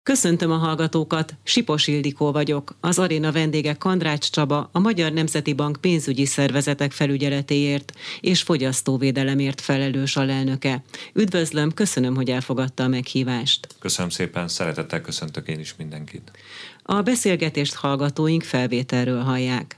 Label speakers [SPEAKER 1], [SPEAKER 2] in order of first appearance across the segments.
[SPEAKER 1] Köszöntöm a hallgatókat, Sipos Ildikó vagyok, az aréna vendége Kandrács Csaba, a Magyar Nemzeti Bank pénzügyi szervezetek felügyeletéért és fogyasztóvédelemért felelős alelnöke. Üdvözlöm, köszönöm, hogy elfogadta a meghívást.
[SPEAKER 2] Köszönöm szépen, szeretettel köszöntök én is mindenkit.
[SPEAKER 1] A beszélgetést hallgatóink felvételről hallják.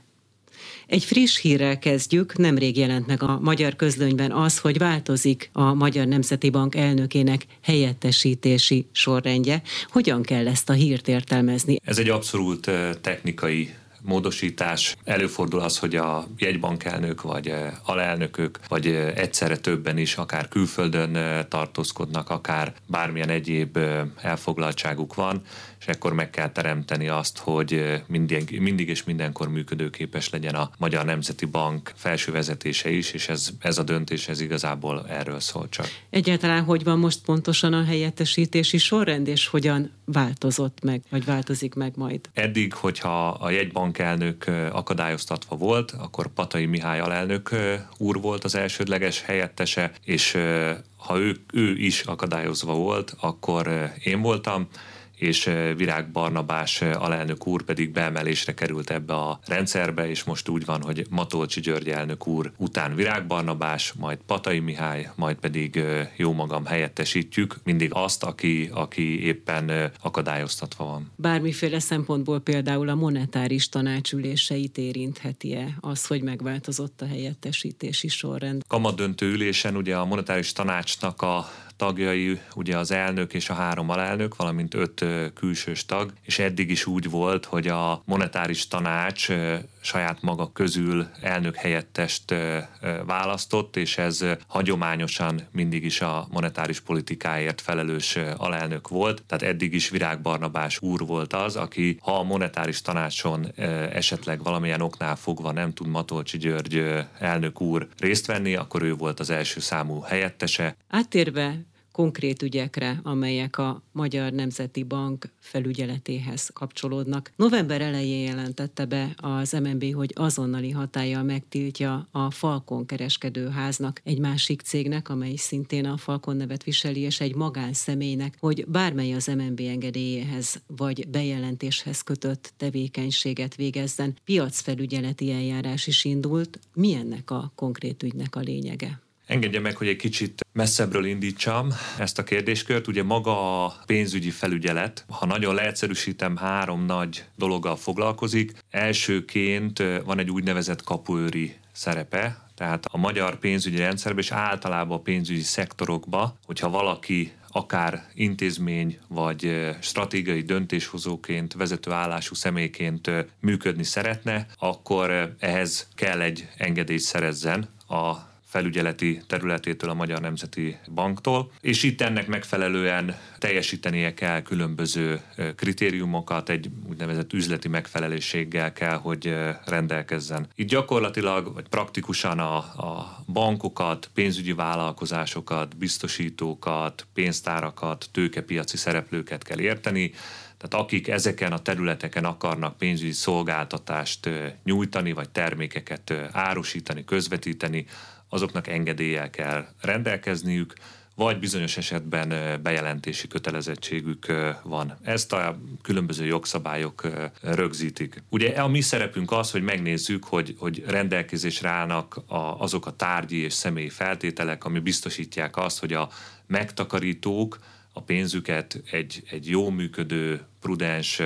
[SPEAKER 1] Egy friss hírrel kezdjük, nemrég jelent meg a Magyar Közlönyben az, hogy változik a Magyar Nemzeti Bank elnökének helyettesítési sorrendje. Hogyan kell ezt a hírt értelmezni?
[SPEAKER 2] Ez egy abszolút technikai módosítás. Előfordul az, hogy a jegybankelnök vagy alelnökök, vagy egyszerre többen is akár külföldön tartózkodnak, akár bármilyen egyéb elfoglaltságuk van, és ekkor meg kell teremteni azt, hogy mindig és mindenkor működőképes legyen a Magyar Nemzeti Bank felső vezetése is, és ez a döntés ez igazából erről szól csak.
[SPEAKER 1] Egyáltalán hogy van most pontosan a helyettesítési sorrend, és hogyan változott meg, vagy változik meg majd?
[SPEAKER 2] Eddig, hogyha a jegybankelnök akadályoztatva volt, akkor Patai Mihály alelnök úr volt az elsődleges helyettese, és ha ő is akadályozva volt, akkor én voltam, és Virág Barnabás alelnök úr pedig beemelésre került ebbe a rendszerbe, és most úgy van, hogy Matolcsy György elnök úr után Virág Barnabás, majd Patai Mihály, majd pedig jómagam helyettesítjük mindig azt, aki éppen akadályoztatva van.
[SPEAKER 1] Bármiféle szempontból például a monetáris tanács üléseit érintheti-e az, hogy megváltozott a helyettesítési sorrend?
[SPEAKER 2] Kamatdöntő ülésen ugye a monetáris tanácsnak a tagjai, ugye az elnök és a 3 alelnök, valamint 5 külsős tag, és eddig is úgy volt, hogy a monetáris tanács saját maga közül elnök helyettest választott, és ez hagyományosan mindig is a monetáris politikáért felelős alelnök volt. Tehát eddig is Virág Barnabás úr volt az, aki ha a monetáris tanácson esetleg valamilyen oknál fogva nem tud Matolcsy György elnök úr részt venni, akkor ő volt az első számú helyettese.
[SPEAKER 1] Áttérve konkrét ügyekre, amelyek a Magyar Nemzeti Bank felügyeletéhez kapcsolódnak. November elején jelentette be az MNB, hogy azonnali hatállyal megtiltja a Falcon kereskedőháznak, egy másik cégnek, amely szintén a Falcon nevet viseli, és egy magánszemélynek, hogy bármely az MNB engedélyéhez vagy bejelentéshez kötött tevékenységet végezzen. Piacfelügyeleti eljárás is indult. Mi ennek a konkrét ügynek a lényege?
[SPEAKER 2] Engedje meg, hogy egy kicsit messzebbről indítsam ezt a kérdéskört. Ugye maga a pénzügyi felügyelet, ha nagyon leegyszerűsítem, 3 nagy dologgal foglalkozik. Elsőként van egy úgynevezett kapuőri szerepe, tehát a magyar pénzügyi rendszerben és általában a pénzügyi szektorokban, hogyha valaki akár intézmény vagy stratégiai döntéshozóként, vezetőállású személyként működni szeretne, akkor ehhez kell egy engedélyt szerezzen a felügyeleti területétől, a Magyar Nemzeti Banktól, és itt ennek megfelelően teljesítenie kell különböző kritériumokat, egy úgynevezett üzleti megfelelőséggel kell, hogy rendelkezzen. Itt gyakorlatilag, vagy praktikusan a bankokat, pénzügyi vállalkozásokat, biztosítókat, pénztárakat, tőkepiaci szereplőket kell érteni, tehát akik ezeken a területeken akarnak pénzügyi szolgáltatást nyújtani, vagy termékeket árusítani, közvetíteni, azoknak engedéllyel kell rendelkezniük, vagy bizonyos esetben bejelentési kötelezettségük van. Ezt a különböző jogszabályok rögzítik. Ugye a mi szerepünk az, hogy megnézzük, hogy rendelkezésre állnak azok a tárgyi és személyi feltételek, ami biztosítják azt, hogy a megtakarítók a pénzüket egy jó működő, prudens,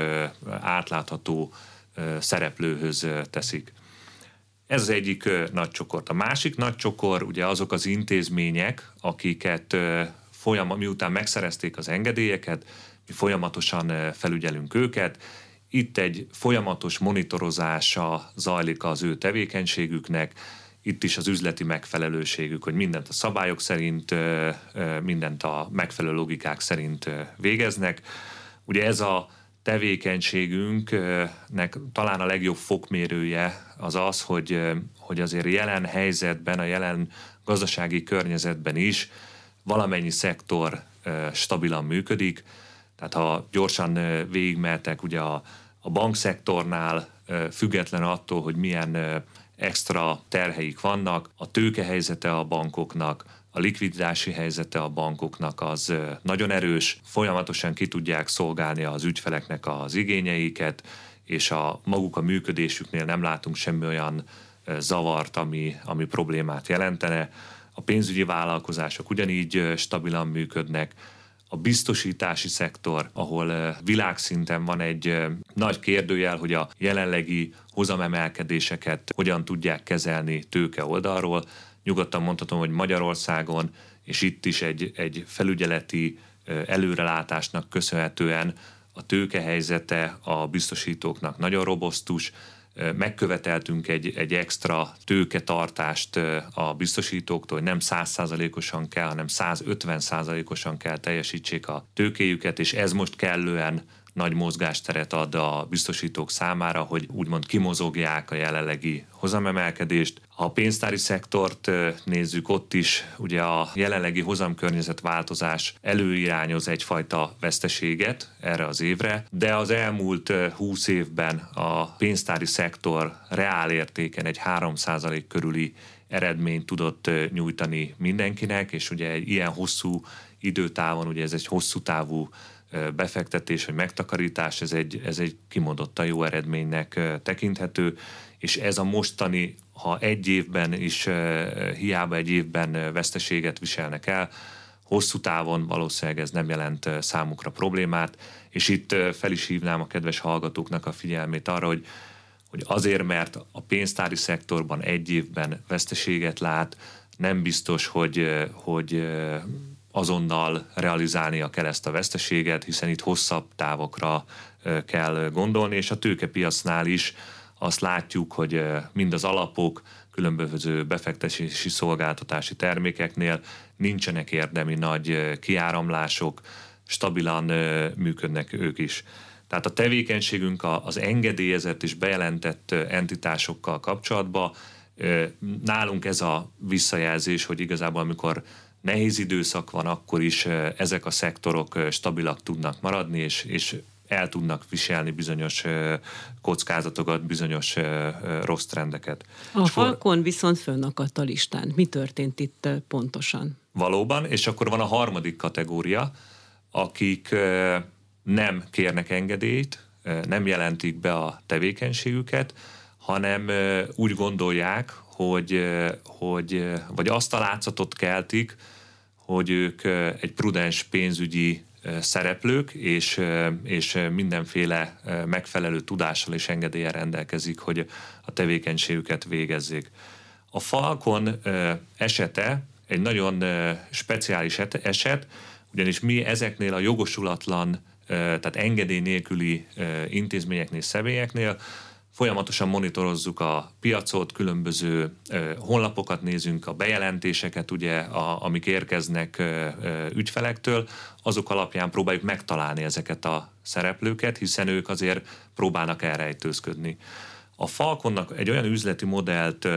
[SPEAKER 2] átlátható szereplőhöz teszik. Ez az egyik nagy csokort. A másik nagy csokor ugye azok az intézmények, akiket miután megszerezték az engedélyeket, mi folyamatosan felügyelünk őket. Itt egy folyamatos monitorozása zajlik az ő tevékenységüknek, itt is az üzleti megfelelőségük, hogy mindent a szabályok szerint, mindent a megfelelő logikák szerint végeznek. Ugye ez a tevékenységünknek talán a legjobb fokmérője az, hogy azért jelen helyzetben, a jelen gazdasági környezetben is valamennyi szektor stabilan működik. Tehát ha gyorsan végigmehetek, ugye a bankszektornál független attól, hogy milyen extra terheik vannak, a tőkehelyzete a bankoknak, a a likviditási helyzete a bankoknak az nagyon erős, folyamatosan ki tudják szolgálni az ügyfeleknek az igényeiket, és maguk a működésüknél nem látunk semmi olyan zavart, ami problémát jelentene. A pénzügyi vállalkozások ugyanígy stabilan működnek. A biztosítási szektor, ahol világszinten van egy nagy kérdőjel, hogy a jelenlegi hozamemelkedéseket hogyan tudják kezelni tőke oldalról. Nyugodtan mondhatom, hogy Magyarországon, és itt is egy felügyeleti előrelátásnak köszönhetően a tőkehelyzete a biztosítóknak nagyon robosztus. Megköveteltünk egy extra tőketartást a biztosítóktól, hogy nem 100%-osan kell, hanem 150%-osan kell teljesítsék a tőkéjüket, és ez most kellően nagy mozgásteret ad a biztosítók számára, hogy úgymond kimozogják a jelenlegi hozamemelkedést. Ha a pénztári szektort nézzük, ott is ugye a jelenlegi hozamkörnyezetváltozás előirányoz egyfajta veszteséget erre az évre, de az elmúlt 20 évben a pénztári szektor reálértéken egy 3% körüli eredményt tudott nyújtani mindenkinek, és ugye egy ilyen hosszú időtávon, ugye ez egy hosszú távú befektetés vagy megtakarítás, ez egy kimondottan jó eredménynek tekinthető, és ez a mostani, ha egy évben is hiába egy évben veszteséget viselnek el, hosszú távon valószínűleg ez nem jelent számukra problémát, és itt fel is hívnám a kedves hallgatóknak a figyelmét arra, hogy azért, mert a pénztári szektorban egy évben veszteséget lát, nem biztos, hogy azonnal realizálnia kell ezt a veszteséget, hiszen itt hosszabb távokra kell gondolni, és a tőkepiacnál is azt látjuk, hogy mind az alapok, különböző befektetési szolgáltatási termékeknél nincsenek érdemi nagy kiáramlások, stabilan működnek ők is. Tehát a tevékenységünk az engedélyezett és bejelentett entitásokkal kapcsolatban nálunk ez a visszajelzés, hogy igazából amikor nehéz időszak van, akkor is ezek a szektorok stabilak tudnak maradni, és el tudnak viselni bizonyos kockázatokat, bizonyos rossz trendeket.
[SPEAKER 1] A Falcon viszont fönnakadt a listán. Mi történt itt pontosan?
[SPEAKER 2] Valóban, és akkor van a harmadik kategória, akik nem kérnek engedélyt, nem jelentik be a tevékenységüket, hanem úgy gondolják, vagy azt a látszatot keltik, hogy ők egy prudens pénzügyi szereplők, és mindenféle megfelelő tudással és engedéllyel rendelkezik, hogy a tevékenységüket végezzék. A Falcon esete egy nagyon speciális eset, ugyanis mi ezeknél a jogosulatlan, tehát engedély nélküli intézményeknél, személyeknél folyamatosan monitorozzuk a piacot, különböző honlapokat nézünk, a bejelentéseket, ugye, amik érkeznek ügyfelektől, azok alapján próbáljuk megtalálni ezeket a szereplőket, hiszen ők azért próbálnak elrejtőzködni. A Falconnak egy olyan üzleti modellt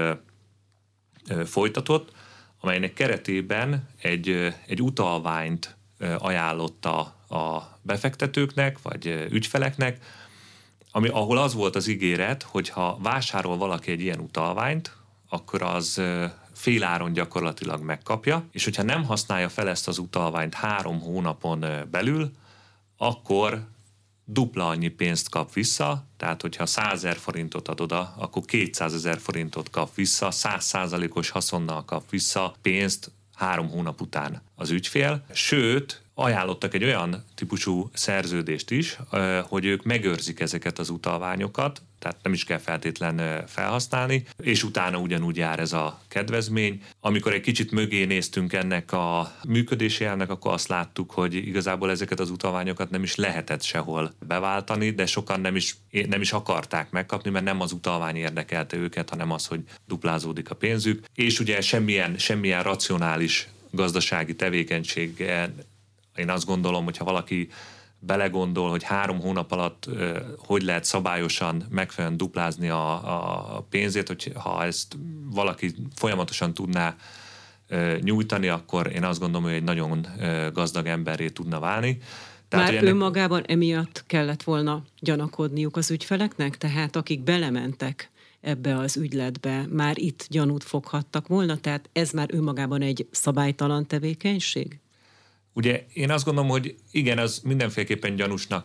[SPEAKER 2] folytatott, amelynek keretében egy utalványt ajánlotta a befektetőknek, vagy ügyfeleknek, ahol az volt az ígéret, hogy ha vásárol valaki egy ilyen utalványt, akkor az féláron gyakorlatilag megkapja, és hogyha nem használja fel ezt az utalványt 3 hónapon belül, akkor dupla annyi pénzt kap vissza, tehát hogyha 100 000 forintot ad oda, akkor 200 000 forintot kap vissza, 100%-os haszonnal kap vissza pénzt 3 hónap után az ügyfél, sőt, ajánlottak egy olyan típusú szerződést is, hogy ők megőrzik ezeket az utalványokat, tehát nem is kell feltétlen felhasználni, és utána ugyanúgy jár ez a kedvezmény. Amikor egy kicsit mögé néztünk ennek a működési elvnek, akkor azt láttuk, hogy igazából ezeket az utalványokat nem is lehetett sehol beváltani, de sokan nem is akarták megkapni, mert nem az utalvány érdekelte őket, hanem az, hogy duplázódik a pénzük, és ugye semmilyen racionális gazdasági tevékenységgel. Én azt gondolom, hogy ha valaki belegondol, hogy 3 hónap alatt hogy lehet szabályosan megfelelően duplázni a pénzét, hogy ha ezt valaki folyamatosan tudná nyújtani, akkor én azt gondolom, hogy egy nagyon gazdag emberré tudna válni.
[SPEAKER 1] Tehát, már önmagában emiatt kellett volna gyanakodniuk az ügyfeleknek? Tehát akik belementek ebbe az ügyletbe, már itt gyanút foghattak volna, tehát ez már önmagában egy szabálytalan tevékenység?
[SPEAKER 2] Ugye én azt gondolom, hogy igen, az mindenféleképpen gyanúsnak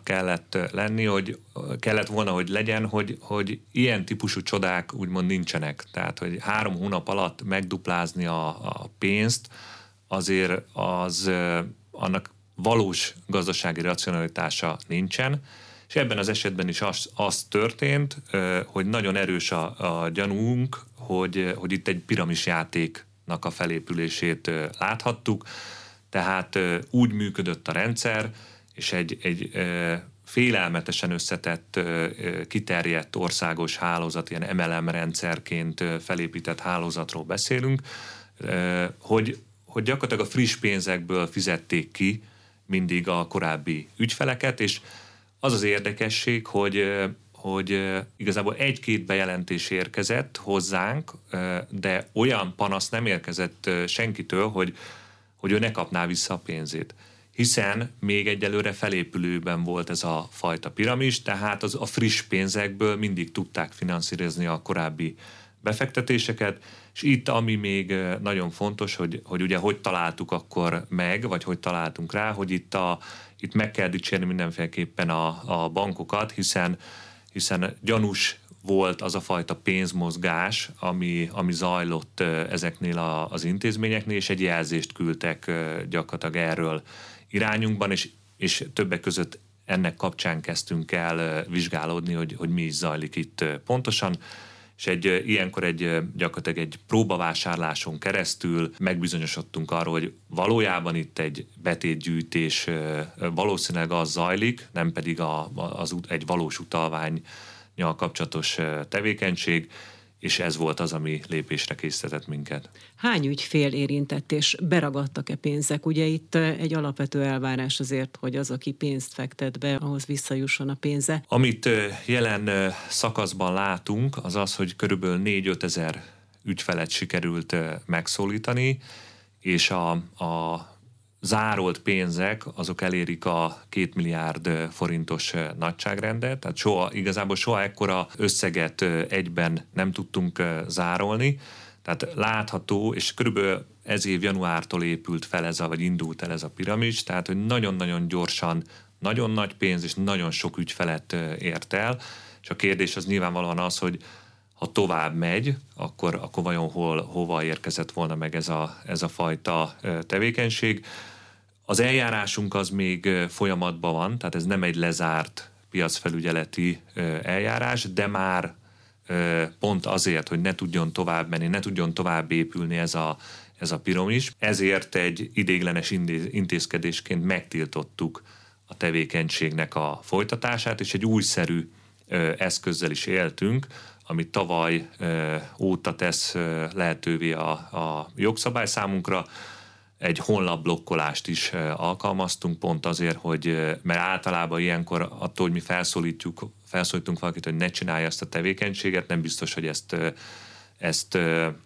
[SPEAKER 2] kellett volna, hogy legyen, hogy ilyen típusú csodák úgymond nincsenek. Tehát, hogy 3 hónap alatt megduplázni a pénzt, azért annak valós gazdasági racionalitása nincsen, és ebben az esetben is az történt, hogy nagyon erős a gyanúnk, hogy itt egy piramisjátéknak a felépülését láthattuk, tehát úgy működött a rendszer, és egy félelmetesen összetett, kiterjedt országos hálózat, ilyen MLM rendszerként felépített hálózatról beszélünk, hogy gyakorlatilag a friss pénzekből fizették ki mindig a korábbi ügyfeleket, és az az érdekesség, hogy igazából 1-2 bejelentés érkezett hozzánk, de olyan panasz nem érkezett senkitől, hogy ő ne kapná vissza a pénzét. Hiszen még egyelőre felépülőben volt ez a fajta piramis, tehát a friss pénzekből mindig tudták finanszírozni a korábbi befektetéseket, és itt ami még nagyon fontos, hogy ugye hogy találtuk akkor meg, vagy hogy találtunk rá, hogy itt meg kell dicsérni mindenféleképpen a bankokat, hiszen gyanús volt az a fajta pénzmozgás, ami zajlott ezeknél az intézményeknél, és egy jelzést küldtek gyakorlatilag erről irányunkban, és többek között ennek kapcsán kezdtünk el vizsgálódni, hogy mi is zajlik itt pontosan, és ilyenkor gyakorlatilag egy próbavásárláson keresztül megbizonyosodtunk arról, hogy valójában itt egy betétgyűjtés valószínűleg az zajlik, nem pedig egy valós utalványnyal kapcsolatos tevékenység, és ez volt az, ami lépésre késztetett minket.
[SPEAKER 1] Hány ügyfél érintett, és beragadtak-e pénzek? Ugye itt egy alapvető elvárás azért, hogy az, aki pénzt fektet be, ahhoz visszajusson a pénze.
[SPEAKER 2] Amit jelen szakaszban látunk, az az, hogy körülbelül 4-5 ezer ügyfelet sikerült megszólítani, és a zárolt pénzek, azok elérik a 2 milliárd forintos nagyságrendet, tehát igazából soha ekkora összeget egyben nem tudtunk zárolni, tehát látható, és körülbelül ez év januártól épült fel vagy indult el ez a piramis, tehát hogy nagyon-nagyon gyorsan, nagyon nagy pénz és nagyon sok ügyfelet ért el, és a kérdés az nyilvánvalóan az, hogy ha tovább megy, akkor vajon hova érkezett volna meg ez a fajta tevékenység. Az eljárásunk az még folyamatban van, tehát ez nem egy lezárt piacfelügyeleti eljárás, de már pont azért, hogy ne tudjon tovább menni, ne tudjon tovább épülni ez a piramis, ezért egy ideiglenes intézkedésként megtiltottuk a tevékenységnek a folytatását, és egy újszerű eszközzel is éltünk, ami tavaly óta tesz lehetővé a jogszabály számunkra. Egy honlapblokkolást is alkalmaztunk, pont azért, mert általában ilyenkor attól, hogy mi felszólítunk valakit, hogy ne csinálja ezt a tevékenységet, nem biztos, hogy ezt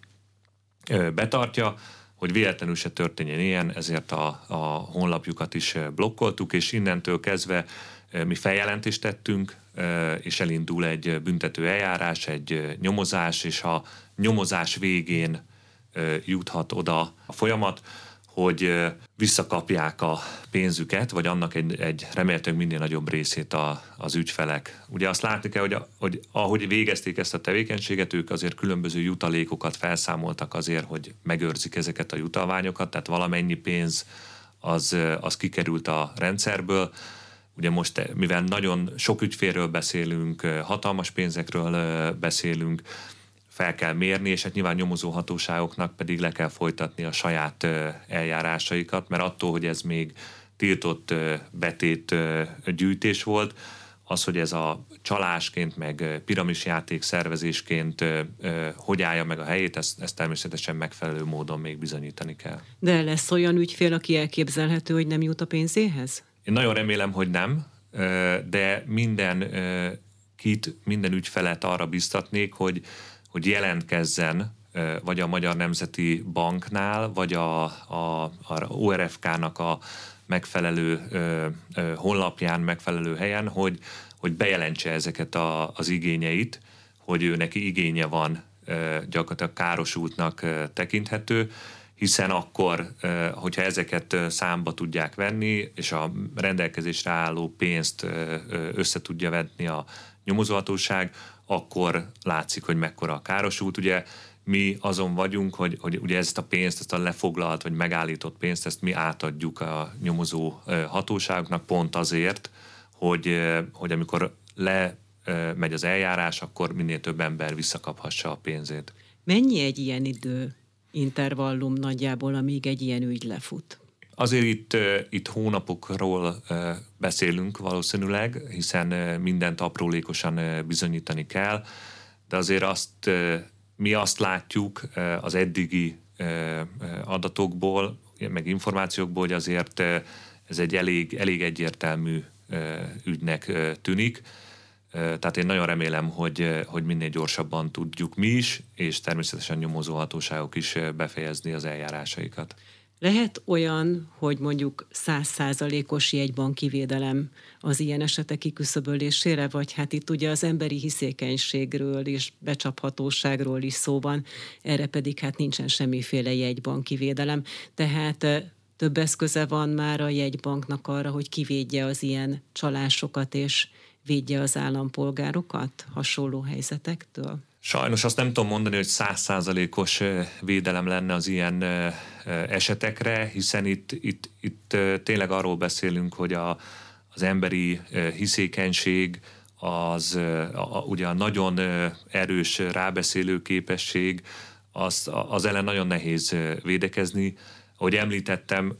[SPEAKER 2] betartja, hogy véletlenül se történjen ilyen, ezért a honlapjukat is blokkoltuk, és innentől kezdve mi feljelentést tettünk, és elindul egy büntető eljárás, egy nyomozás, és a nyomozás végén juthat oda a folyamat, hogy visszakapják a pénzüket, vagy annak egy remélhetőleg minél nagyobb részét az ügyfelek. Ugye azt látni kell, hogy ahogy végezték ezt a tevékenységet, ők azért különböző jutalékokat felszámoltak azért, hogy megőrzik ezeket a jutalványokat, tehát valamennyi pénz az kikerült a rendszerből. Ugye most, mivel nagyon sok ügyfélről beszélünk, hatalmas pénzekről beszélünk, fel kell mérni, és hát nyilván nyomozó hatóságoknak pedig le kell folytatni a saját eljárásaikat, mert attól, hogy ez még tiltott betét gyűjtés volt, az, hogy ez a csalásként, meg piramisjáték szervezésként hogy állja meg a helyét, ezt természetesen megfelelő módon még bizonyítani kell.
[SPEAKER 1] De lesz olyan ügyfél, aki elképzelhető, hogy nem jut a pénzéhez?
[SPEAKER 2] Én nagyon remélem, hogy nem, de minden ügyfelet arra biztatnék, hogy jelentkezzen vagy a Magyar Nemzeti Banknál, vagy a ORFK-nak a megfelelő honlapján, megfelelő helyen, hogy bejelentse ezeket az igényeit, hogy ő neki igénye van, gyakorlatilag károsultnak tekinthető, hiszen akkor, hogyha ezeket számba tudják venni, és a rendelkezésre álló pénzt össze tudja vetni a nyomozóhatóság, akkor látszik, hogy mekkora a károsult. Ugye mi azon vagyunk, hogy ugye ezt a pénzt, ezt a lefoglalt vagy megállított pénzt, ezt mi átadjuk a nyomozó hatóságoknak pont azért, hogy amikor megy az eljárás, akkor minél több ember visszakaphassa a pénzét.
[SPEAKER 1] Mennyi egy ilyen intervallum nagyjából, amíg egy ilyen ügy lefut?
[SPEAKER 2] Azért itt hónapokról beszélünk valószínűleg, hiszen mindent aprólékosan bizonyítani kell, de azért mi azt látjuk az eddigi adatokból, meg információkból, hogy azért ez egy elég egyértelmű ügynek tűnik. Tehát én nagyon remélem, hogy minél gyorsabban tudjuk mi is, és természetesen nyomozóhatóságok is befejezni az eljárásaikat.
[SPEAKER 1] Lehet olyan, hogy mondjuk 100%-os jegybanki védelem az ilyen esetek kiküszöbölésére, vagy hát itt ugye az emberi hiszékenységről és becsaphatóságról is szó van, erre pedig hát nincsen semmiféle jegybanki védelem. Tehát több eszköze van már a jegybanknak arra, hogy kivédje az ilyen csalásokat és védje az állampolgárokat hasonló helyzetektől?
[SPEAKER 2] Sajnos azt nem tudom mondani, hogy 100%-os védelem lenne az ilyen esetekre, hiszen itt tényleg arról beszélünk, hogy az emberi hiszékenység, ugye a nagyon erős rábeszélő képesség, az ellen nagyon nehéz védekezni. Ahogy említettem,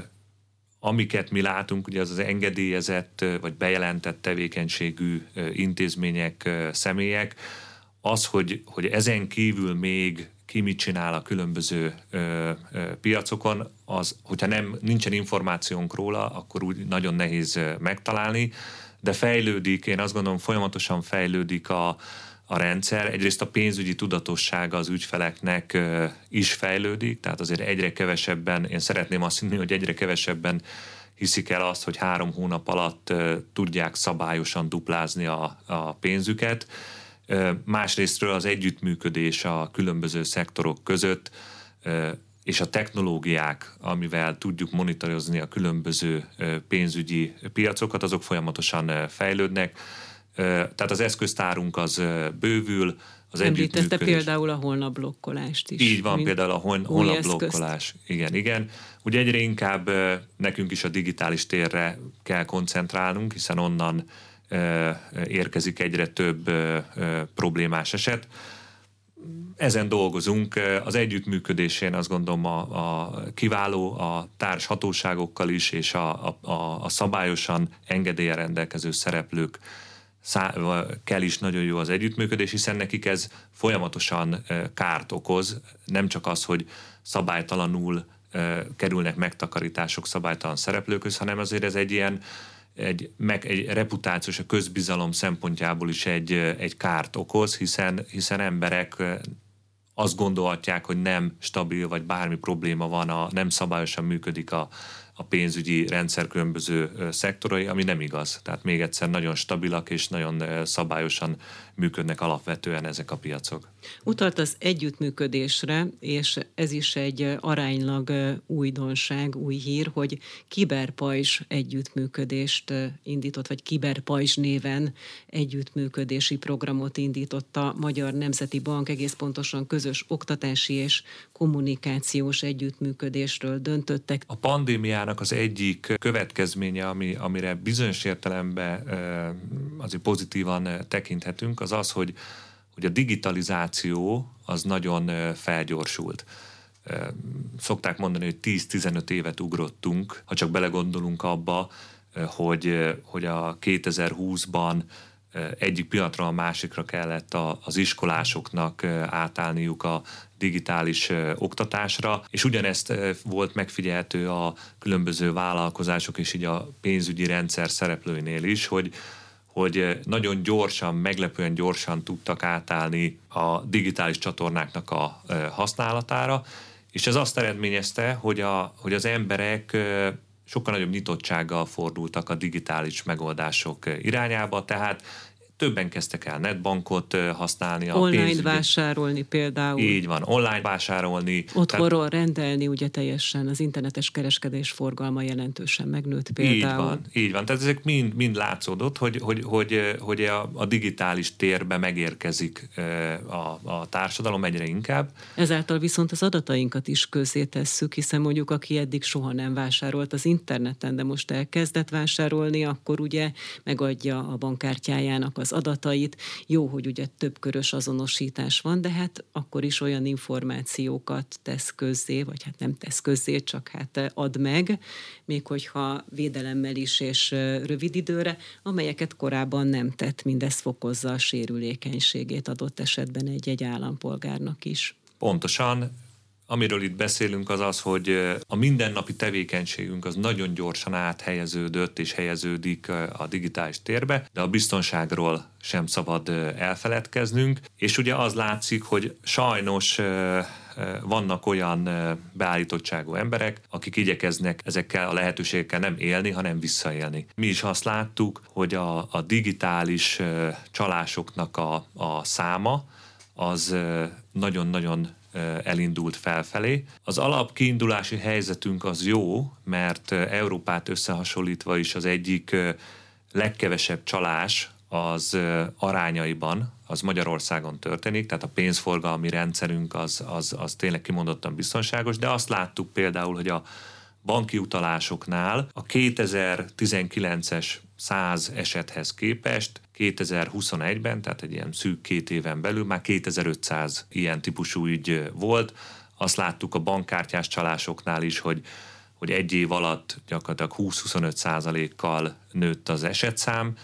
[SPEAKER 2] amiket mi látunk, ugye az engedélyezett vagy bejelentett tevékenységű intézmények, személyek, az, hogy ezen kívül még ki mit csinál a különböző piacokon, az, hogyha nincsen információnk róla, akkor úgy nagyon nehéz megtalálni, de fejlődik, én azt gondolom, folyamatosan fejlődik a rendszer. Egyrészt a pénzügyi tudatossága az ügyfeleknek is fejlődik, tehát azért egyre kevesebben, én szeretném azt hinni, hogy egyre kevesebben hiszik el azt, hogy 3 hónap alatt tudják szabályosan duplázni a pénzüket. Másrésztről az együttműködés a különböző szektorok között, és a technológiák, amivel tudjuk monitorozni a különböző pénzügyi piacokat, azok folyamatosan fejlődnek. Tehát az eszköztárunk az bővül, az együttműködés.
[SPEAKER 1] Említette például a honlapblokkolást is.
[SPEAKER 2] Így van, például a honlapblokkolás. Igen. Ugye egyre inkább nekünk is a digitális térre kell koncentrálnunk, hiszen onnan érkezik egyre több problémás eset. Ezen dolgozunk. Az együttműködésén azt gondolom a kiváló a társhatóságokkal is, és a szabályosan engedéllyel rendelkező szereplők kell is nagyon jó az együttműködés, hiszen nekik ez folyamatosan kárt okoz. Nem csak az, hogy szabálytalanul kerülnek megtakarítások szabálytalan szereplőkhöz, hanem azért ez egy reputációs, a közbizalom szempontjából is egy kárt okoz, hiszen emberek azt gondolhatják, hogy nem stabil, vagy bármi probléma van, nem szabályosan működik a pénzügyi rendszer különböző szektorai, ami nem igaz. Tehát még egyszer nagyon stabilak és nagyon szabályosan működnek alapvetően ezek a piacok.
[SPEAKER 1] Utalt az együttműködésre, és ez is egy aránylag újdonság, új hír, hogy Kiberpajzs együttműködést indított, vagy Kiberpajzs néven együttműködési programot indított a Magyar Nemzeti Bank, egész pontosan közös oktatási és kommunikációs együttműködésről döntöttek.
[SPEAKER 2] A pandémiának az egyik következménye, amire bizonyos értelemben azért pozitívan tekinthetünk, az az, hogy a digitalizáció az nagyon felgyorsult. Szokták mondani, hogy 10-15 évet ugrottunk, ha csak belegondolunk abba, hogy a 2020-ban egyik pillanatról a másikra kellett az iskolásoknak átállniuk a digitális oktatásra, és ugyanezt volt megfigyelhető a különböző vállalkozások és így a pénzügyi rendszer szereplőinél is, hogy nagyon gyorsan, meglepően gyorsan tudtak átállni a digitális csatornáknak a használatára, és ez azt eredményezte, hogy az emberek sokkal nagyobb nyitottsággal fordultak a digitális megoldások irányába, tehát többen kezdtek el netbankot használni.
[SPEAKER 1] Online vásárolni például.
[SPEAKER 2] Így van, online vásárolni.
[SPEAKER 1] Otthonról rendelni, ugye teljesen az internetes kereskedés forgalma jelentősen megnőtt például.
[SPEAKER 2] Így van. Tehát ezek mind látszódott, hogy a digitális térbe megérkezik a társadalom egyre inkább.
[SPEAKER 1] Ezáltal viszont az adatainkat is közzétesszük, hiszen mondjuk aki eddig soha nem vásárolt az interneten, de most elkezdett vásárolni, akkor ugye megadja a bankkártyájának az adatait. Jó, hogy ugye többkörös azonosítás van, de hát akkor is olyan információkat tesz közzé, vagy hát nem tesz közzé, csak hát ad meg, még hogyha védelemmel is és rövid időre, amelyeket korábban nem tett, mindez fokozza a sérülékenységét adott esetben egy állampolgárnak is.
[SPEAKER 2] Pontosan. Amiről itt beszélünk az, hogy a mindennapi tevékenységünk az nagyon gyorsan áthelyeződött és helyeződik a digitális térbe, de a biztonságról sem szabad elfeledkeznünk, és ugye az látszik, hogy sajnos vannak olyan beállítottságú emberek, akik igyekeznek ezekkel a lehetőségekkel nem élni, hanem visszaélni. Mi is azt láttuk, hogy a digitális csalásoknak a száma az nagyon-nagyon elindult felfelé. Az alapkiindulási helyzetünk az jó, mert Európát összehasonlítva is az egyik legkevesebb csalás az arányaiban, az Magyarországon történik, tehát a pénzforgalmi rendszerünk az tényleg kimondottan biztonságos, de azt láttuk például, hogy a banki utalásoknál a 2019-es 100 esethez képest 2021-ben, tehát egy ilyen szűk 2 éven belül már 2500 ilyen típusú ügy volt. Azt láttuk a bankkártyás csalásoknál is, hogy egy év alatt gyakorlatilag 20-25%-kal nőtt az esetszám.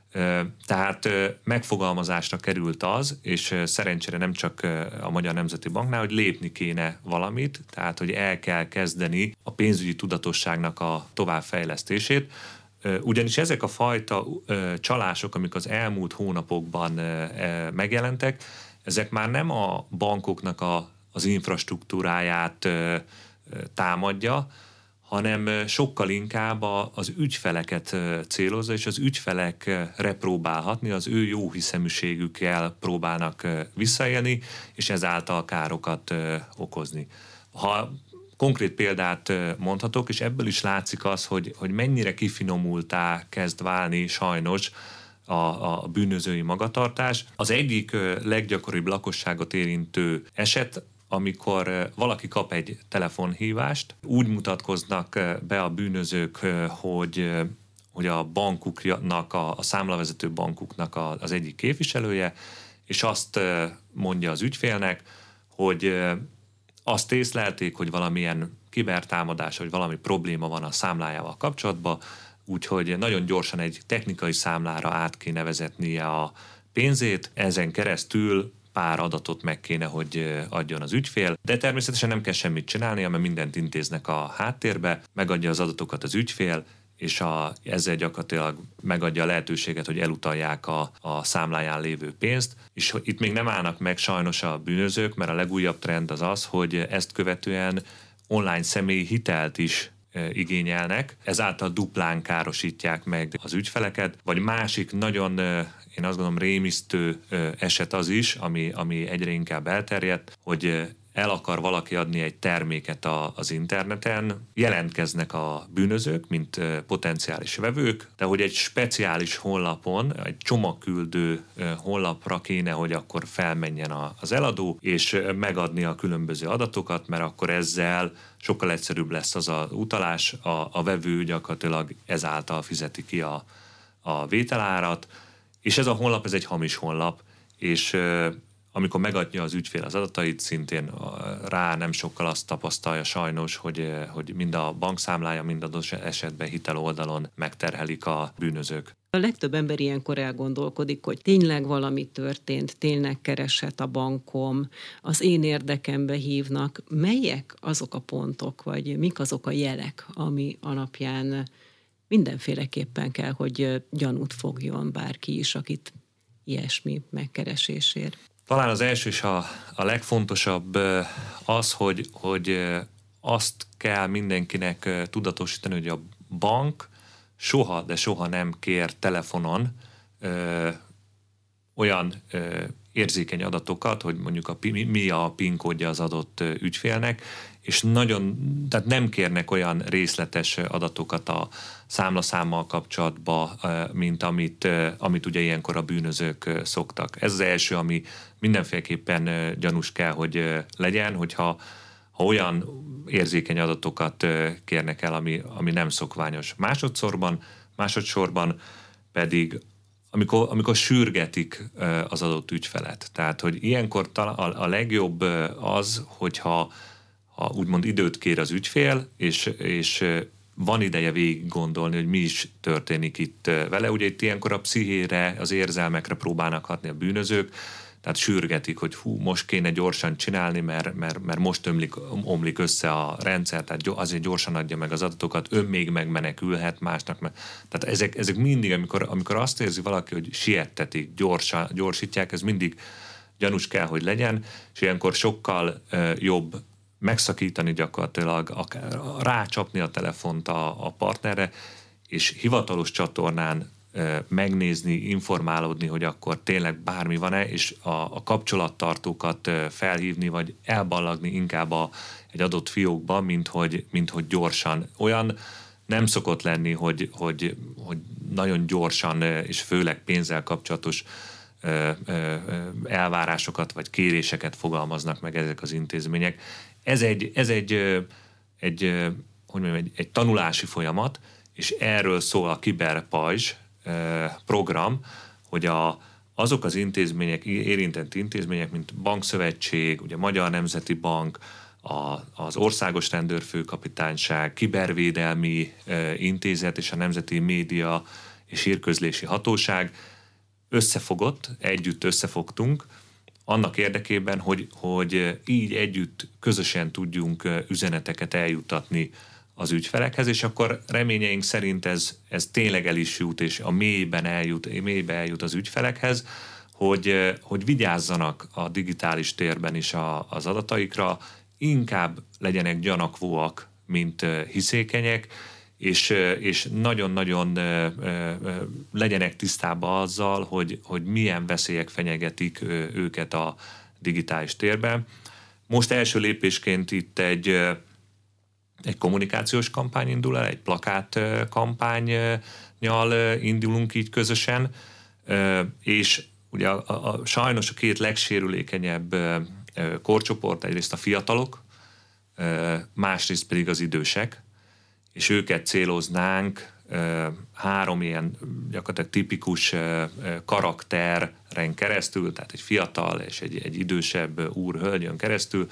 [SPEAKER 2] Tehát megfogalmazásra került az, és szerencsére nem csak a Magyar Nemzeti Banknál, hogy lépni kéne valamit, tehát hogy el kell kezdeni a pénzügyi tudatosságnak a továbbfejlesztését, ugyanis ezek a fajta csalások, amik az elmúlt hónapokban megjelentek, ezek már nem a bankoknak az infrastruktúráját támadja, hanem sokkal inkább az ügyfeleket célozza, és az ügyfelekre próbálhatni, az ő jó hiszeműségükkel próbálnak visszaélni, és ezáltal károkat okozni. Ha konkrét példát mondhatok, és ebből is látszik az, hogy mennyire kifinomultá kezd válni sajnos a bűnözői magatartás. Az egyik leggyakoribb lakosságot érintő eset, amikor valaki kap egy telefonhívást, úgy mutatkoznak be a bűnözők, hogy a bankuknak, a számlavezető bankuknak az egyik képviselője, és azt mondja az ügyfélnek, hogy azt észlelték, hogy valamilyen kibertámadás, vagy valami probléma van a számlájával kapcsolatban, úgyhogy nagyon gyorsan egy technikai számlára át kéne vezetnie a pénzét, ezen keresztül pár adatot meg kéne, hogy adjon az ügyfél, de természetesen nem kell semmit csinálni, mert mindent intéznek a háttérbe, megadja az adatokat az ügyfél, és ezzel gyakorlatilag megadja a lehetőséget, hogy elutalják a számláján lévő pénzt, és itt még nem állnak meg sajnos a bűnözők, mert a legújabb trend az, hogy ezt követően online személyi hitelt is igényelnek, ezáltal duplán károsítják meg az ügyfeleket, vagy másik nagyon, én azt gondolom, rémisztő eset az is, ami egyre inkább elterjedt, hogy el akar valaki adni egy terméket az interneten, jelentkeznek a bűnözők, mint potenciális vevők, de hogy egy speciális honlapon, egy csomagküldő honlapra kéne, hogy akkor felmenjen az eladó, és megadni a különböző adatokat, mert akkor ezzel sokkal egyszerűbb lesz az az utalás, a vevő gyakorlatilag ezáltal fizeti ki a vételárat, és ez a honlap, ez egy hamis honlap, és amikor megadja az ügyfél az adatait, szintén rá nem sokkal azt tapasztalja sajnos, hogy mind a bankszámlája, mind adott esetben hitel oldalon megterhelik a bűnözők.
[SPEAKER 1] A legtöbb ember ilyenkor elgondolkodik, hogy tényleg valami történt, tényleg keresett a bankom, az én érdekembe hívnak. Melyek azok a pontok, vagy mik azok a jelek, ami alapján mindenféleképpen kell, hogy gyanút fogjon bárki is, akit ilyesmi megkeresésért?
[SPEAKER 2] Talán az első és a legfontosabb az, hogy azt kell mindenkinek tudatosítani, hogy a bank soha, de soha nem kér telefonon olyan érzékeny adatokat, hogy mondjuk mi a PIN kódja az adott ügyfélnek, és tehát nem kérnek olyan részletes adatokat a számlaszámmal kapcsolatban, mint amit ugye ilyenkor a bűnözők szoktak. Ez az első, ami mindenféleképpen gyanús kell, hogy legyen, hogyha olyan érzékeny adatokat kérnek el, ami nem szokványos. Másodszorban pedig amikor sürgetik az adott ügyfelet. Tehát, hogy ilyenkor a legjobb az, hogyha úgymond időt kér az ügyfél, és van ideje végig gondolni, hogy mi is történik itt vele. Ugye itt ilyenkor a pszichére, az érzelmekre próbálnak hatni a bűnözők, tehát sürgetik, hogy most kéne gyorsan csinálni, mert most omlik össze a rendszer, tehát azért gyorsan adja meg az adatokat, ön még megmenekülhet másnak. Tehát ezek mindig, amikor azt érzi valaki, hogy siettetik, gyorsítják, ez mindig gyanús kell, hogy legyen, és ilyenkor sokkal jobb megszakítani gyakorlatilag, akár rácsapni a telefont a partnerre, és hivatalos csatornán megnézni, informálódni, hogy akkor tényleg bármi van-e, és a kapcsolattartókat felhívni, vagy elballagni inkább egy adott fiókba, mint hogy gyorsan. Olyan nem szokott lenni, hogy nagyon gyorsan, és főleg pénzzel kapcsolatos elvárásokat vagy kéréseket fogalmaznak meg ezek az intézmények. Ez egy tanulási folyamat, és erről szól a kiberpajzs program, hogy azok az intézmények, érintett intézmények, mint Bankszövetség, ugye Magyar Nemzeti Bank, az Országos Rendőrfőkapitányság, Kibervédelmi Intézet és a Nemzeti Média és Hírközlési Hatóság együtt összefogtunk, annak érdekében, hogy így együtt közösen tudjunk üzeneteket eljuttatni az ügyfelekhez, és akkor reményeink szerint ez tényleg el is jut, és a mélybe eljut az ügyfelekhez, hogy vigyázzanak a digitális térben is az adataikra, inkább legyenek gyanakvóak, mint hiszékenyek, és nagyon-nagyon legyenek tisztában azzal, hogy milyen veszélyek fenyegetik őket a digitális térben. Most első lépésként itt egy kommunikációs kampány indul el, egy plakát kampánnyal indulunk így közösen, és ugye sajnos a két legsérülékenyebb korcsoport, egyrészt a fiatalok, másrészt pedig az idősek, és őket céloznánk 3 ilyen gyakorlatilag tipikus karakteren keresztül, tehát egy fiatal és egy idősebb úr-hölgyön keresztül,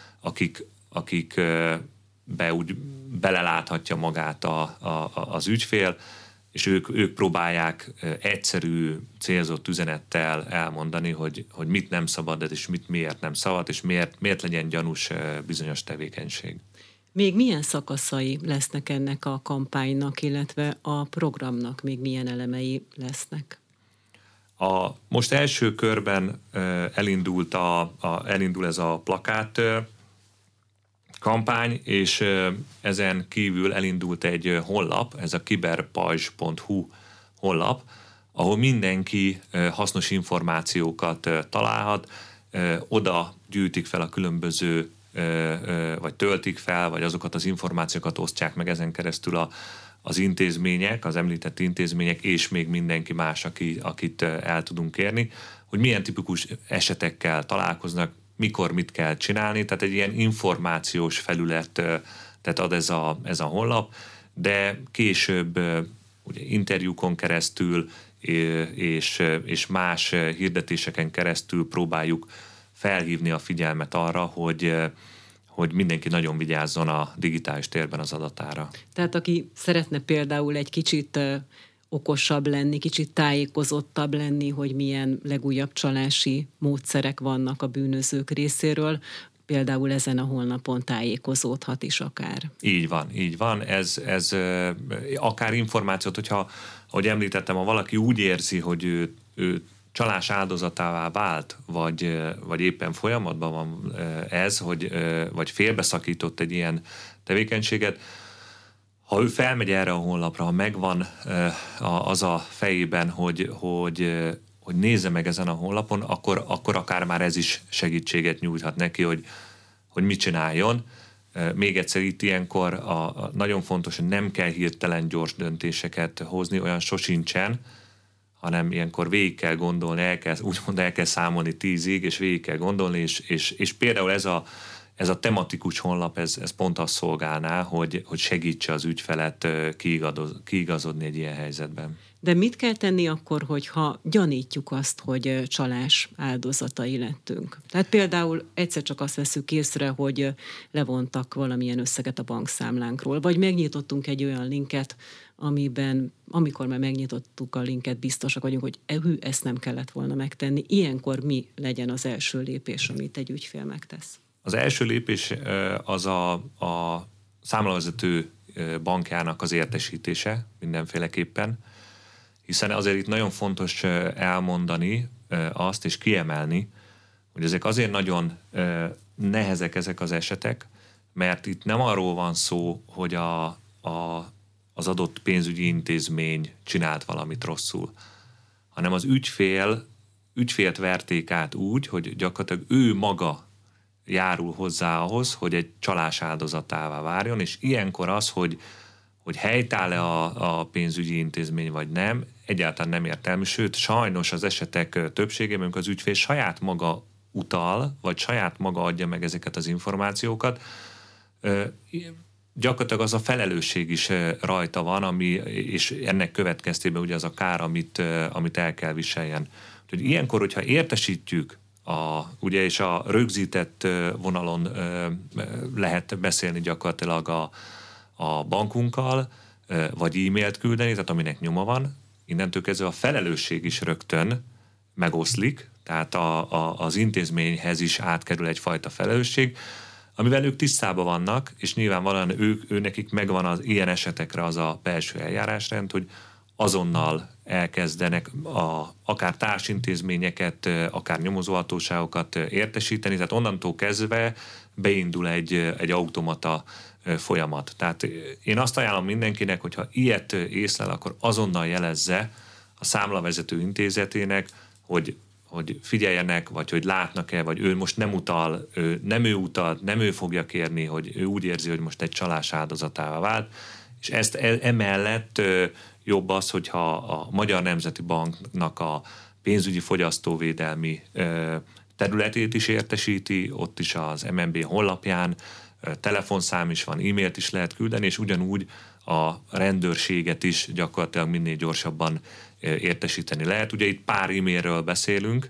[SPEAKER 2] akik úgy beleláthatja magát az ügyfél, és ők próbálják egyszerű, célzott üzenettel elmondani, hogy mit nem szabad, és miért nem szabad, és miért legyen gyanús bizonyos tevékenység.
[SPEAKER 1] Még milyen szakaszai lesznek ennek a kampánynak, illetve a programnak még milyen elemei lesznek?
[SPEAKER 2] Most első körben elindul ez a plakát kampány, és ezen kívül elindult egy honlap, ez a kiberpajzs.hu honlap, ahol mindenki hasznos információkat találhat, oda gyűjtik fel a különböző, vagy töltik fel, vagy azokat az információkat osztják meg ezen keresztül az intézmények, az említett intézmények, és még mindenki más, akit el tudunk érni, hogy milyen tipikus esetekkel találkoznak, mikor mit kell csinálni, tehát egy ilyen információs felületet ad ez a honlap, de később ugye, interjúkon keresztül és más hirdetéseken keresztül próbáljuk felhívni a figyelmet arra, hogy mindenki nagyon vigyázzon a digitális térben az adatára.
[SPEAKER 1] Tehát aki szeretne például egy kicsit okosabb lenni, kicsit tájékozottabb lenni, hogy milyen legújabb csalási módszerek vannak a bűnözők részéről, például ezen a honlapon tájékozódhat is akár.
[SPEAKER 2] Így van. Ez akár információt, hogyha, ahogy említettem, ha valaki úgy érzi, hogy ő csalás áldozatává vált, vagy éppen folyamatban van ez, vagy félbeszakított egy ilyen tevékenységet, ha ő felmegy erre a honlapra, ha megvan az a fejében, hogy hogy nézze meg ezen a honlapon, akkor akár már ez is segítséget nyújthat neki, hogy mit csináljon. Még egyszer itt ilyenkor nagyon fontos, hogy nem kell hirtelen gyors döntéseket hozni, olyan sosincsen, hanem ilyenkor végig kell gondolni, úgymond el kell számolni 10-ig, és végig kell gondolni, és például ez a tematikus honlap, ez pont azt szolgálná, hogy segítse az ügyfelet kiigazodni egy ilyen helyzetben.
[SPEAKER 1] De mit kell tenni akkor, hogyha gyanítjuk azt, hogy csalás áldozatai lettünk? Tehát például egyszer csak azt veszük észre, hogy levontak valamilyen összeget a bankszámlánkról, vagy megnyitottunk egy olyan linket, amiben, amikor már megnyitottuk a linket, biztosak vagyunk, hogy ezt nem kellett volna megtenni. Ilyenkor mi legyen az első lépés, amit egy ügyfél megtesz?
[SPEAKER 2] Az első lépés az a számlavezető bankjának az értesítése mindenféleképpen, hiszen azért itt nagyon fontos elmondani azt és kiemelni, hogy ezek azért nagyon nehezek ezek az esetek, mert itt nem arról van szó, hogy az adott pénzügyi intézmény csinált valamit rosszul, hanem az ügyfélt verték át úgy, hogy gyakorlatilag ő maga járul hozzá ahhoz, hogy egy csalás áldozatává váljon, és ilyenkor az, hogy helytáll-e a pénzügyi intézmény vagy nem, egyáltalán nem értelmű, sőt, sajnos az esetek többségében az ügyfél saját maga utal, vagy saját maga adja meg ezeket az információkat, gyakorlatilag az a felelősség is rajta van, és ennek következtében ugye az a kár, amit el kell viseljen. Úgyhogy ilyenkor, hogyha értesítjük, ugye és a rögzített vonalon lehet beszélni gyakorlatilag a bankunkkal, vagy e-mailt küldeni, tehát aminek nyoma van, innentől kezdve a felelősség is rögtön megoszlik, tehát az intézményhez is átkerül egyfajta felelősség, amivel ők tisztában vannak, és nyilvánvalóan nekik megvan az ilyen esetekre az a belső eljárásrend, hogy azonnal elkezdenek akár társintézményeket, akár nyomozóhatóságokat értesíteni, tehát onnantól kezdve beindul egy automata folyamat. Tehát én azt ajánlom mindenkinek, hogyha ilyet észlel, akkor azonnal jelezze a számlavezető intézetének, hogy figyeljenek, vagy hogy látnak-e, vagy ő most nem utal, nem ő utalt, nem ő fogja kérni, hogy ő úgy érzi, hogy most egy csalás áldozatává vált, és ezt emellett jobb az, hogyha a Magyar Nemzeti Banknak a pénzügyi fogyasztóvédelmi területét is értesíti, ott is az MNB honlapján telefonszám is van, e-mailt is lehet küldeni, és ugyanúgy a rendőrséget is gyakorlatilag minél gyorsabban értesíteni lehet. Ugye itt pár e-mailről beszélünk,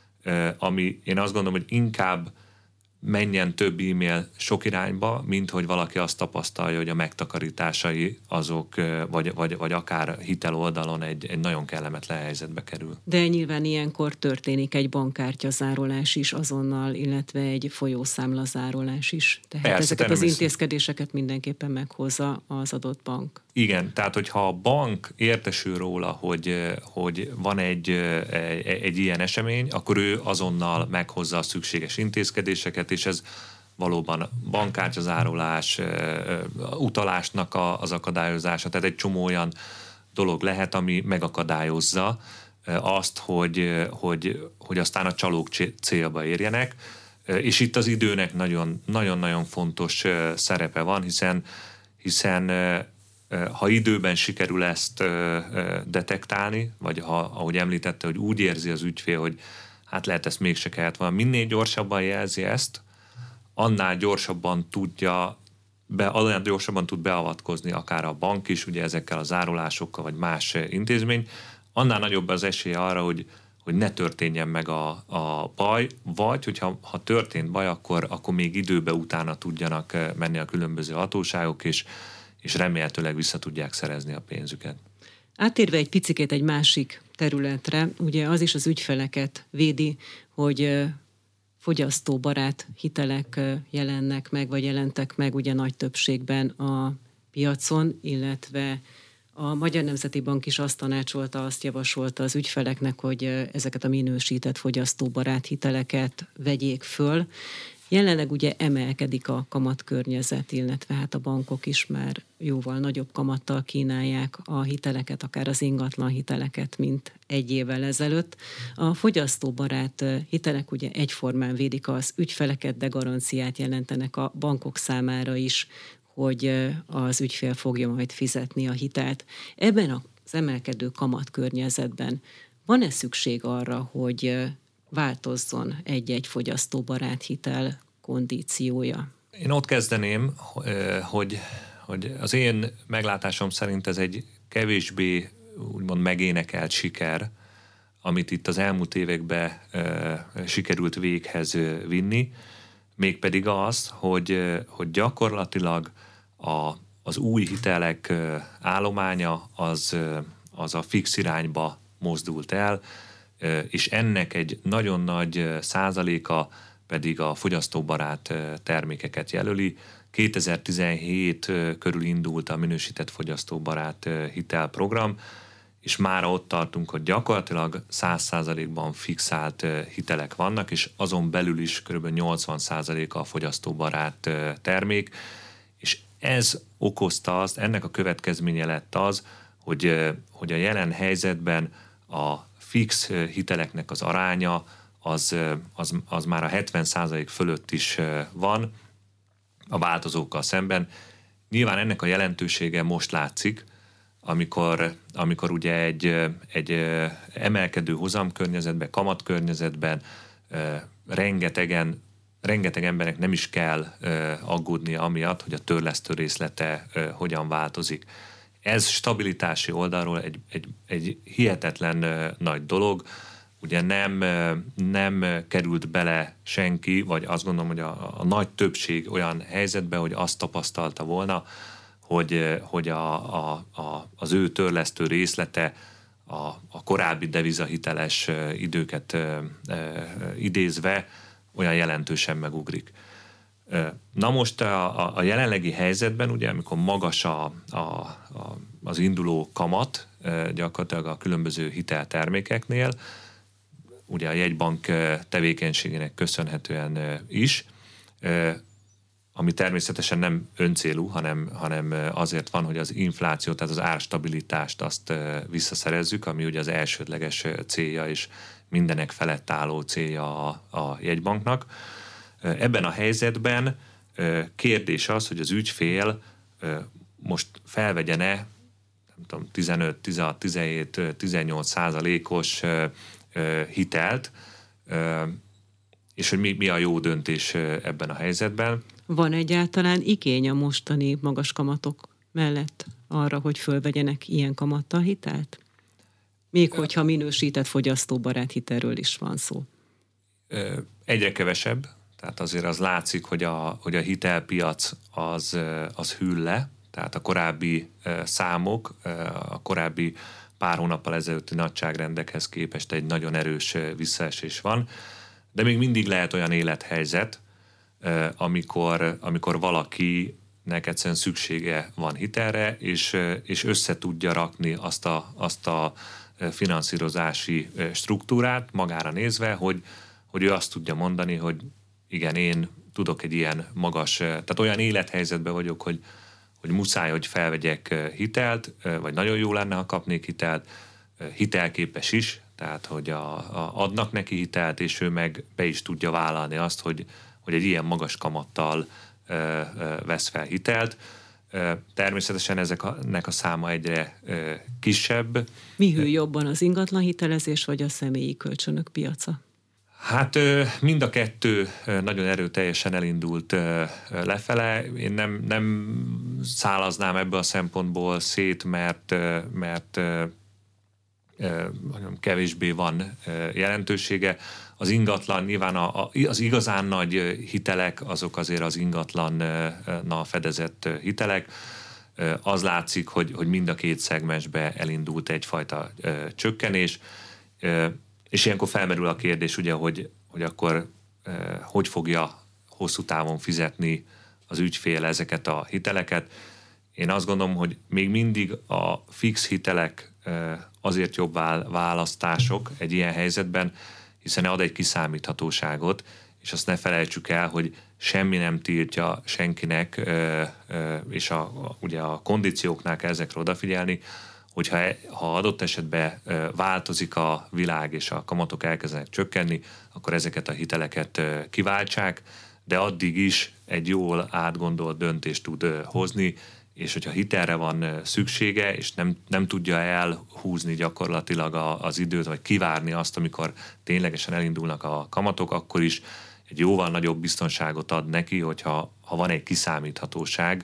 [SPEAKER 2] ami én azt gondolom, hogy inkább menjen több e-mail sok irányba, mint hogy valaki azt tapasztalja, hogy a megtakarításai azok, vagy akár hitel oldalon egy nagyon kellemetlen helyzetbe kerül.
[SPEAKER 1] De nyilván ilyenkor történik egy bankkártyazárolás is azonnal, illetve egy folyószámlazárolás is. Tehát persze, ezeket az intézkedéseket mindenképpen meghozza az adott bank.
[SPEAKER 2] Igen, tehát hogyha a bank értesül róla, hogy van egy ilyen esemény, akkor ő azonnal meghozza a szükséges intézkedéseket, és ez valóban bankkártyazárolás, utalásnak az akadályozása, tehát egy csomó olyan dolog lehet, ami megakadályozza azt, hogy aztán a csalók célba érjenek, és itt az időnek nagyon-nagyon fontos szerepe van, hiszen ha időben sikerül ezt detektálni, vagy ahogy említette, hogy úgy érzi az ügyfél, hogy hát lehet ezt mégse kellett volna, minél gyorsabban jelzi ezt, annál gyorsabban tud beavatkozni akár a bank is, ugye ezekkel a zárolásokkal, vagy más intézmény, annál nagyobb az esélye arra, hogy ne történjen meg a baj, vagy hogyha történt baj, akkor még időbe utána tudjanak menni a különböző hatóságok, és remélhetőleg vissza tudják szerezni a pénzüket.
[SPEAKER 1] Áttérve egy picikét egy másik területre, ugye az is az ügyfeleket védi, hogy fogyasztóbarát hitelek jelennek meg, vagy jelentek meg ugye nagy többségben a piacon, illetve a Magyar Nemzeti Bank is azt tanácsolta, azt javasolta az ügyfeleknek, hogy ezeket a minősített fogyasztóbarát hiteleket vegyék föl. Jelenleg ugye emelkedik a kamatkörnyezet, illetve hát a bankok is már jóval nagyobb kamattal kínálják a hiteleket, akár az ingatlan hiteleket, mint egy évvel ezelőtt. A fogyasztóbarát hitelek ugye egyformán védik az ügyfeleket, de garanciát jelentenek a bankok számára is, hogy az ügyfél fogja majd fizetni a hitelt. Ebben az emelkedő kamatkörnyezetben van-e szükség arra, hogy változzon egy-egy fogyasztóbarát hitel kondíciója?
[SPEAKER 2] Én ott kezdeném, hogy az én meglátásom szerint ez egy kevésbé úgymond megénekelt siker, amit itt az elmúlt években sikerült véghez vinni, mégpedig az, hogy gyakorlatilag az új hitelek állománya az a fix irányba mozdult el, és ennek egy nagyon nagy százaléka pedig a fogyasztóbarát termékeket jelöli. 2017 körül indult a minősített fogyasztóbarát hitelprogram, és már ott tartunk, hogy gyakorlatilag 100%-ban fixált hitelek vannak, és azon belül is kb. 80%-a a fogyasztóbarát termék, és ez okozta azt, ennek a következménye lett az, hogy a jelen helyzetben a fix hiteleknek az aránya az már a 70% fölött is van a változókkal szemben. Nyilván ennek a jelentősége most látszik, amikor ugye egy emelkedő hozamkörnyezetben, kamatkörnyezetben rengeteg embernek nem is kell aggódnia amiatt, hogy a törlesztő részlete hogyan változik. Ez stabilitási oldalról egy hihetetlen nagy dolog. Ugye nem került bele senki, vagy azt gondolom, hogy a nagy többség olyan helyzetbe, hogy azt tapasztalta volna, hogy az ő törlesztő részlete a korábbi devizahiteles időket idézve olyan jelentősen megugrik. Na most a jelenlegi helyzetben, ugye, amikor magas az induló kamat, gyakorlatilag a különböző hiteltermékeknél, ugye a jegybank tevékenységének köszönhetően is, ami természetesen nem öncélú, hanem azért van, hogy az infláció, tehát az árstabilitást azt visszaszerezzük, ami ugye az elsődleges célja és mindenek felett álló célja a jegybanknak. Ebben a helyzetben kérdés az, hogy az ügyfél most felvegyene, nem tudom, 15, 16, 17, 18%-os hitelt, és hogy mi a jó döntés ebben a helyzetben.
[SPEAKER 1] Van egyáltalán igény a mostani magas kamatok mellett arra, hogy fölvegyenek ilyen kamattal hitelt? Még hogyha minősített fogyasztóbarát hitelről is van szó.
[SPEAKER 2] Egyre kevesebb, tehát azért az látszik, hogy a hitelpiac az hűl le, tehát a korábbi számok, a korábbi pár hónappal ezelőtti nagyságrendekhez képest egy nagyon erős visszaesés van, de még mindig lehet olyan élethelyzet, amikor valakinek egyszerűen szüksége van hitelre, és össze tudja rakni azt a finanszírozási struktúrát magára nézve, hogy ő azt tudja mondani, hogy igen, én tudok egy ilyen magas, tehát olyan élethelyzetben vagyok, hogy muszáj, hogy felvegyek hitelt, vagy nagyon jó lenne, ha kapnék hitelt, hitelképes is, tehát hogy adnak neki hitelt, és ő meg be is tudja vállalni azt, hogy egy ilyen magas kamattal vesz fel hitelt. Természetesen ezeknek a száma egyre kisebb.
[SPEAKER 1] Mi hűl jobban, az ingatlan hitelezés vagy a személyi kölcsönök piaca?
[SPEAKER 2] Hát mind a kettő nagyon erőteljesen elindult lefele. Én nem szálaznám ebből a szempontból szét, mert kevésbé van jelentősége. Az ingatlan, nyilván az igazán nagy hitelek, azok azért az ingatlannal fedezett hitelek. Az látszik, hogy mind a két szegmensbe elindult egyfajta csökkenés, és ilyenkor felmerül a kérdés, ugye, hogy akkor hogy fogja hosszú távon fizetni az ügyfél ezeket a hiteleket. Én azt gondolom, hogy még mindig a fix hitelek azért jobb választások egy ilyen helyzetben, hiszen ad egy kiszámíthatóságot, és azt ne felejtsük el, hogy semmi nem tiltja senkinek, és ugye a kondícióknál kell ezekre odafigyelni, hogyha ha adott esetben változik a világ, és a kamatok elkezdenek csökkenni, akkor ezeket a hiteleket kiváltsák, de addig is egy jól átgondolt döntést tud hozni, és hogyha hitelre van szüksége, és nem tudja elhúzni gyakorlatilag az időt, vagy kivárni azt, amikor ténylegesen elindulnak a kamatok, akkor is egy jóval nagyobb biztonságot ad neki, hogyha van egy kiszámíthatóság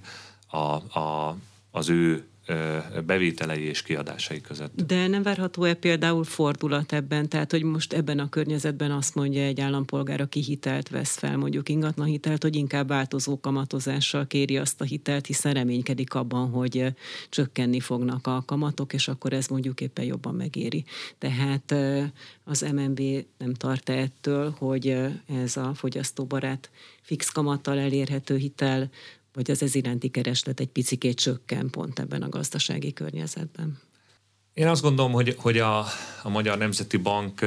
[SPEAKER 2] az ő bevételei és kiadásai között.
[SPEAKER 1] De nem várható-e például fordulat ebben? Tehát, hogy most ebben a környezetben azt mondja egy állampolgár, aki hitelt vesz fel, mondjuk ingatlanhitelt, hogy inkább változó kamatozással kéri azt a hitelt, hiszen reménykedik abban, hogy csökkenni fognak a kamatok, és akkor ez mondjuk éppen jobban megéri. Tehát az MNB nem tart ettől, hogy ez a fogyasztóbarát fix kamattal elérhető hitel, vagy az ez iránti kereslet egy picikét csökken pont ebben a gazdasági környezetben?
[SPEAKER 2] Én azt gondolom, hogy a Magyar Nemzeti Bank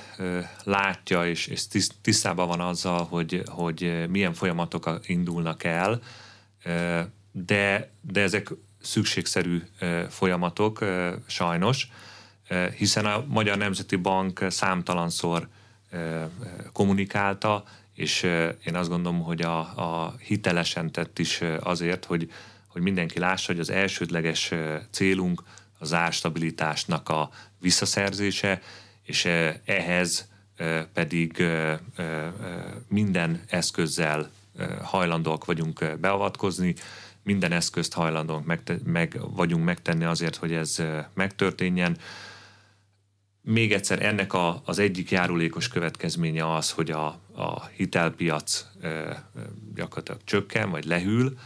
[SPEAKER 2] látja és tisztában van azzal, hogy milyen folyamatok indulnak el, de ezek szükségszerű folyamatok sajnos, hiszen a Magyar Nemzeti Bank számtalanszor kommunikálta, és én azt gondolom, hogy a hitelesen tett is azért, hogy mindenki lássa, hogy az elsődleges célunk az árstabilitásnak a visszaszerzése, és ehhez pedig minden eszközzel hajlandóak vagyunk beavatkozni, minden eszközt hajlandóak vagyunk megtenni azért, hogy ez megtörténjen. Még egyszer ennek az egyik járulékos következménye az, hogy a hitelpiac gyakorlatilag csökken, vagy lehűl,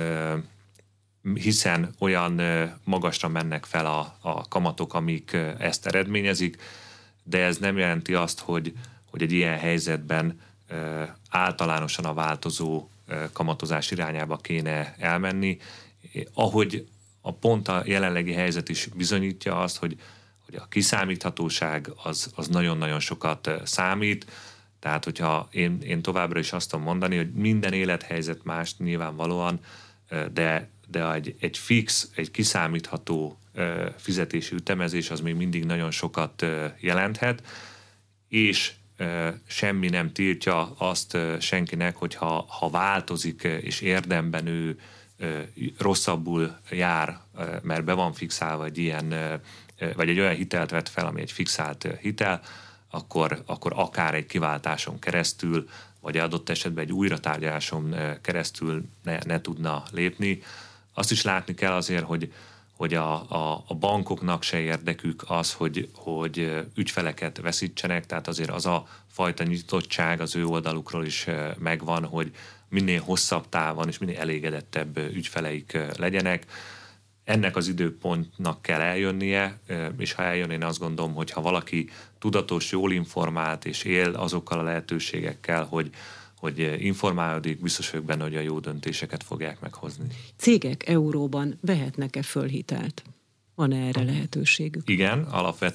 [SPEAKER 2] hiszen olyan magasra mennek fel a kamatok, amik ezt eredményezik, de ez nem jelenti azt, hogy egy ilyen helyzetben általánosan a változó kamatozás irányába kéne elmenni. Ahogy pont a jelenlegi helyzet is bizonyítja azt, hogy a kiszámíthatóság az nagyon-nagyon sokat számít, tehát hogyha én továbbra is azt tudom mondani, hogy minden élethelyzet más nyilvánvalóan, de egy fix, egy kiszámítható fizetési ütemezés az még mindig nagyon sokat jelenthet, és semmi nem tiltja azt senkinek, hogy ha változik és érdemben ő rosszabbul jár, mert be van fixálva egy ilyen, vagy egy olyan hitelt vett fel, ami egy fixált hitel, akkor akár egy kiváltáson keresztül, vagy adott esetben egy újratárgyaláson keresztül ne tudna lépni. Azt is látni kell azért, hogy a bankoknak se érdekük az, hogy ügyfeleket veszítsenek, tehát azért az a fajta nyitottság az ő oldalukról is megvan, hogy minél hosszabb távon és minél elégedettebb ügyfeleik legyenek. Ennek az időpontnak kell eljönnie, és ha eljön, én azt gondolom, hogy ha valaki tudatos, jól informált és él azokkal a lehetőségekkel, hogy informálódik, biztos vagyok benne, hogy a jó döntéseket fogják meghozni.
[SPEAKER 1] Cégek euróban vehetnek-e föl hitelt? Van-e erre lehetőségük?
[SPEAKER 2] Igen,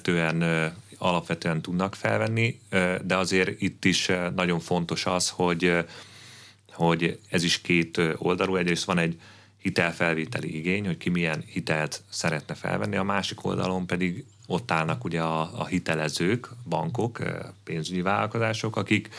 [SPEAKER 2] alapvetően tudnak felvenni, de azért itt is nagyon fontos az, hogy ez is két oldalú. Egyrészt van egy hitelfelvételi igény, hogy ki milyen hitelt szeretne felvenni, a másik oldalon pedig ott állnak ugye a hitelezők, bankok, pénzügyi vállalkozások,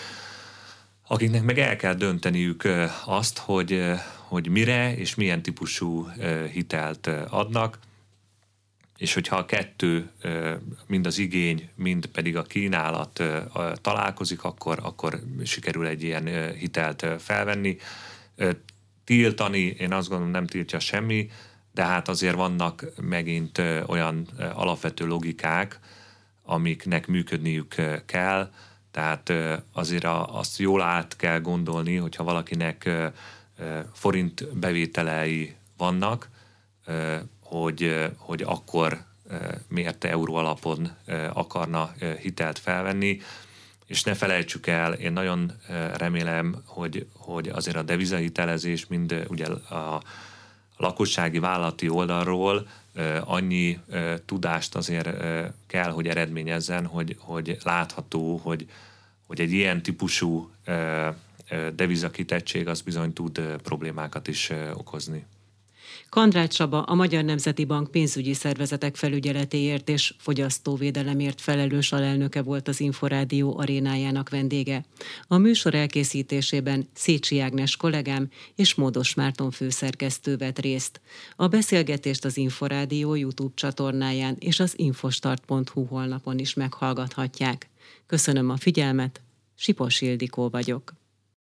[SPEAKER 2] akiknek meg el kell dönteniük azt, hogy mire és milyen típusú hitelt adnak, és hogyha a kettő, mind az igény, mind pedig a kínálat találkozik, akkor sikerül egy ilyen hitelt felvenni. Tiltani, én azt gondolom, nem tiltja semmi, de hát azért vannak megint olyan alapvető logikák, amiknek működniük kell, tehát azért azt jól át kell gondolni, hogyha valakinek forint bevételei vannak, hogy akkor miért euró alapon akarna hitelt felvenni, és ne felejtsük el, én nagyon remélem, hogy azért a devizahitelezés mind ugye a lakossági vállalati oldalról annyi tudást azért kell, hogy eredményezzen, hogy látható, hogy egy ilyen típusú devizakitettség az bizony tud problémákat is okozni.
[SPEAKER 1] Kandrácz Csaba, a Magyar Nemzeti Bank pénzügyi szervezetek felügyeletéért és fogyasztóvédelemért felelős alelnöke volt az Inforádió arénájának vendége. A műsor elkészítésében Szécsi Ágnes kollégám és Módos Márton főszerkesztő vett részt. A beszélgetést az Inforádió YouTube csatornáján és az infostart.hu honlapon is meghallgathatják. Köszönöm a figyelmet, Sipos Ildikó vagyok.